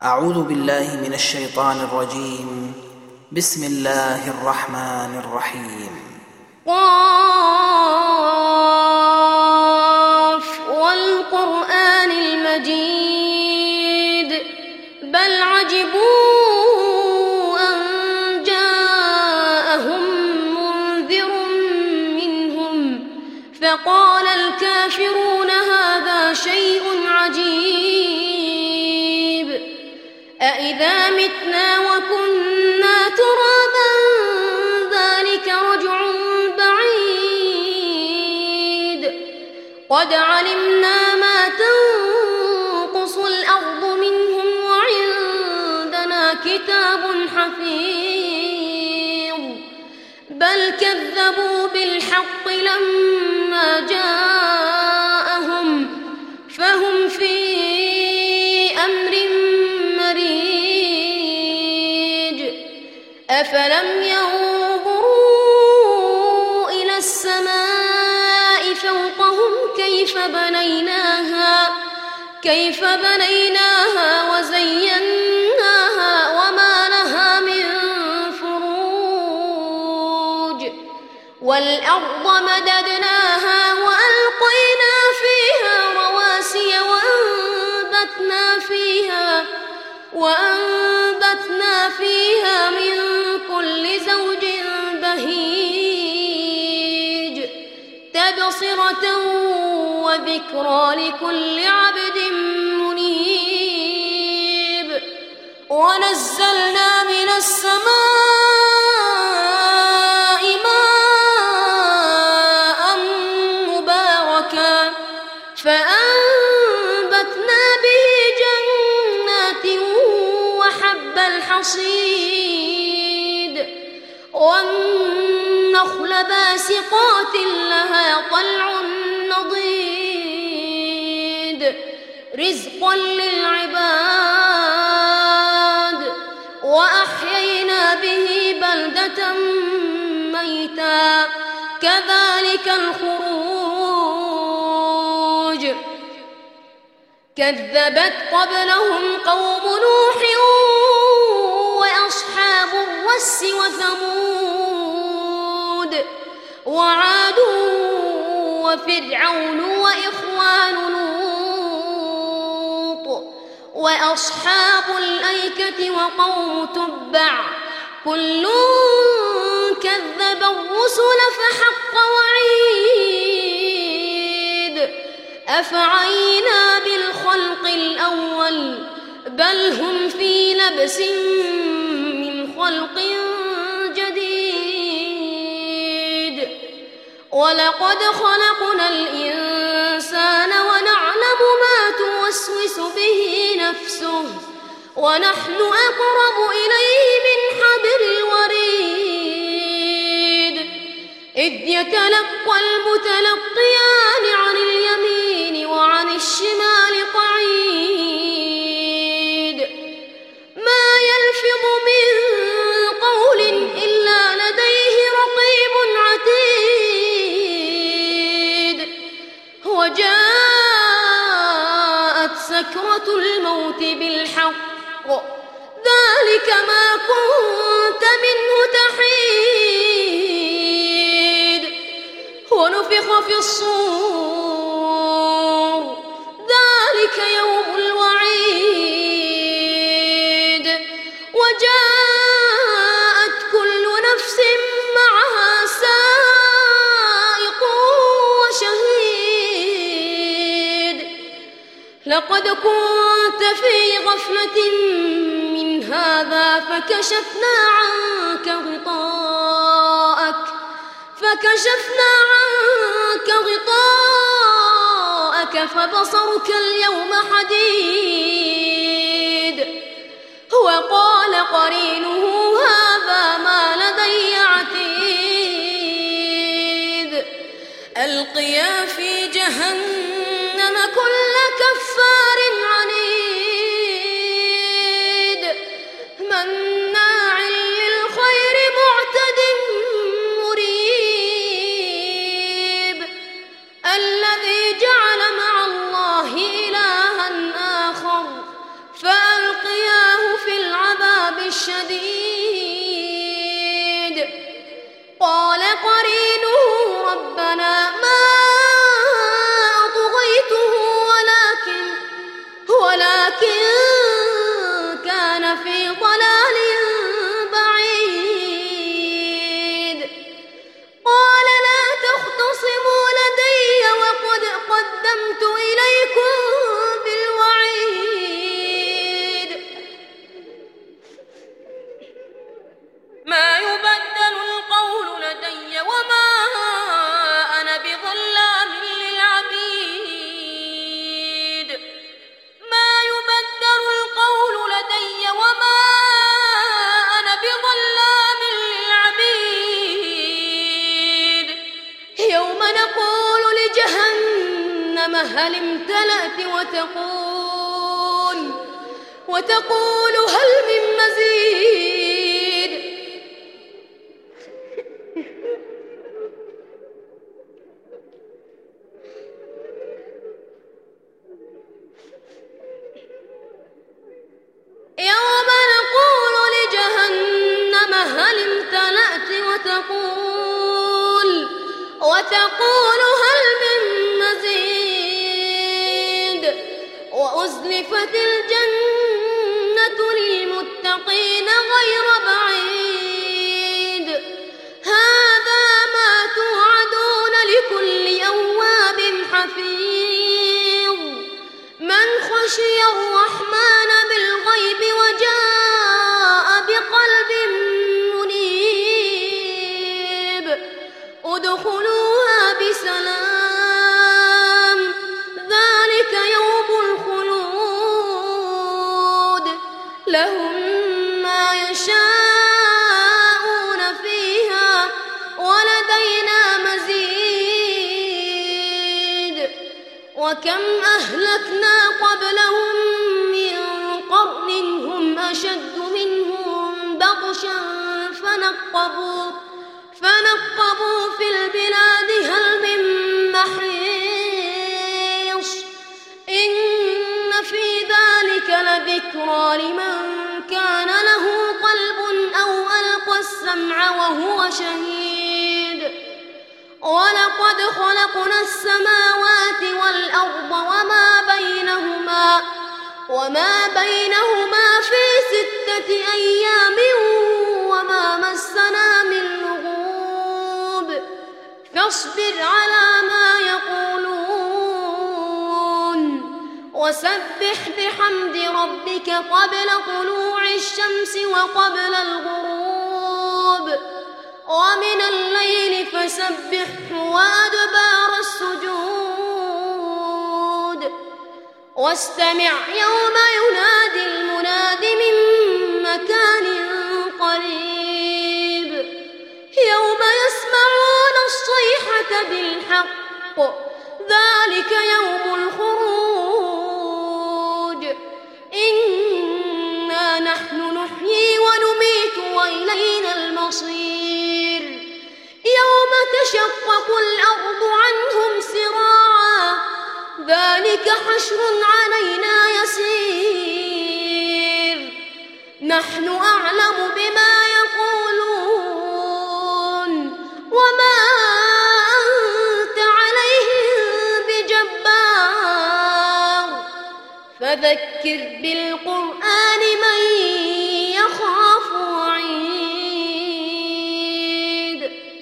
أعوذ بالله من الشيطان الرجيم. بسم الله الرحمن الرحيم. قاف والقرآن المجيد بل عجبوا أن جاءهم منذر منهم فقال الكافرون هذا شيء عجيب أإذا متنا وكنا ترابا ذلك رجع بعيد قد علمنا ما تنقص الأرض منهم وعندنا كتاب حفيظ بل كذبوا بالحق لما جاءهم فهم في أمر مريج أفلم ينظروا إلى السماء فوقهم كيف بنيناها وزيناها وما لها من فروج والأرض مددناها وألقينا فيها رواسي وأنبتنا فيها من كل زوج بهيج تبصرة وذكرى لكل عبد منيب ونزلنا من السماء ماء مباركا فأنبتنا به جنات وحب الحصيد والنخل باسقات لها طلع نضيد رزقا للعباد وأحيينا به بلدة ميتا كذلك الخروج كذبت قبلهم قوم نوح وأصحاب الرس وثمود وعاد وفرعون وإخوان لوط وأصحاب الأيكة وقوم تبع كل كذب الرسل فحق وعيد أفعينا بالخلق الأول بل هم في لبس من خلق جديد ولقد خلقنا الإنسان ونعلم ما توسوس به نفسه ونحن أقرب إليه من حبل الوريد إذ يتلقى المتلقيان عن اليمين وعن الشمال قعيد ما يلفظ من قول إلا لديه رقيب عتيد وجاءت سكرة الموت بالحق ذلك ما كنت منه تحيد ونفخ في الصور ذلك يوم الوعيد وجاءت كل نفس معها سائق وشهيد لقد كنت في غفلة من هذا فكشفنا عنك غطاءك فبصرك اليوم حديد وقال قرينه هذا ما لدي عتيد ألقيا في جهنم كل كفار عنيد مناع للخير معتد مريب الذي جعل مع الله إلها آخر شديد. قال قرينه ربنا ما أطغيته ولكن كان في ضلال بعيد. قال لا تختصموا لدي وقد قدمت إليكم بالوعيد. ما يبدل القول لدي وما أنا بظلام للعبيد. ما يبدل القول لدي وما أنا بظلام للعبيد. يوم نقول لجهنم هل امتلأت وتقول هل من مزيد. يوم نقول لجهنم هل امتلأت وتقول هل من مزيد. وأزلفت الجنة للمتقين غير بعيد. هذا ما توعدون لكل أواب حفيظ من خشي الرحمن بالغيب وجاء بقلب منيب. ادخلوها بسلام ذلك يوم الخلود. لهم ما يشاءون فيها ولدينا مزيد. وكم أهلكنا قبلهم من قرن هم أشد منهم بطشا فنقبوا في البلاد هل من محيص. إن في ذلك لذكرى لمن كان له قلب أو ألقى السمع وهو شهيد. ولقد خلقنا السماوات والأرض وما بينهما في 6 أيام وما مسنا من لغوب. فاصبر على ما يقولون وسبح بحمد ربك قبل طلوع الشمس وقبل الغروب ومن الليل فسبحه وأدبار السجود. واستمع يوم ينادي المناد من مكان قريب. يوم يسمعون الصيحة بالحق ذلك يوم الخروج. إنا نحن نحيي ونميت وإلينا المصير. يوم تشقق الأرض عنهم سراعا ذلك حشر علينا يسير. نحن أعلم بما يقولون وما أنت عليهم بجبار. فذكر بالقرآن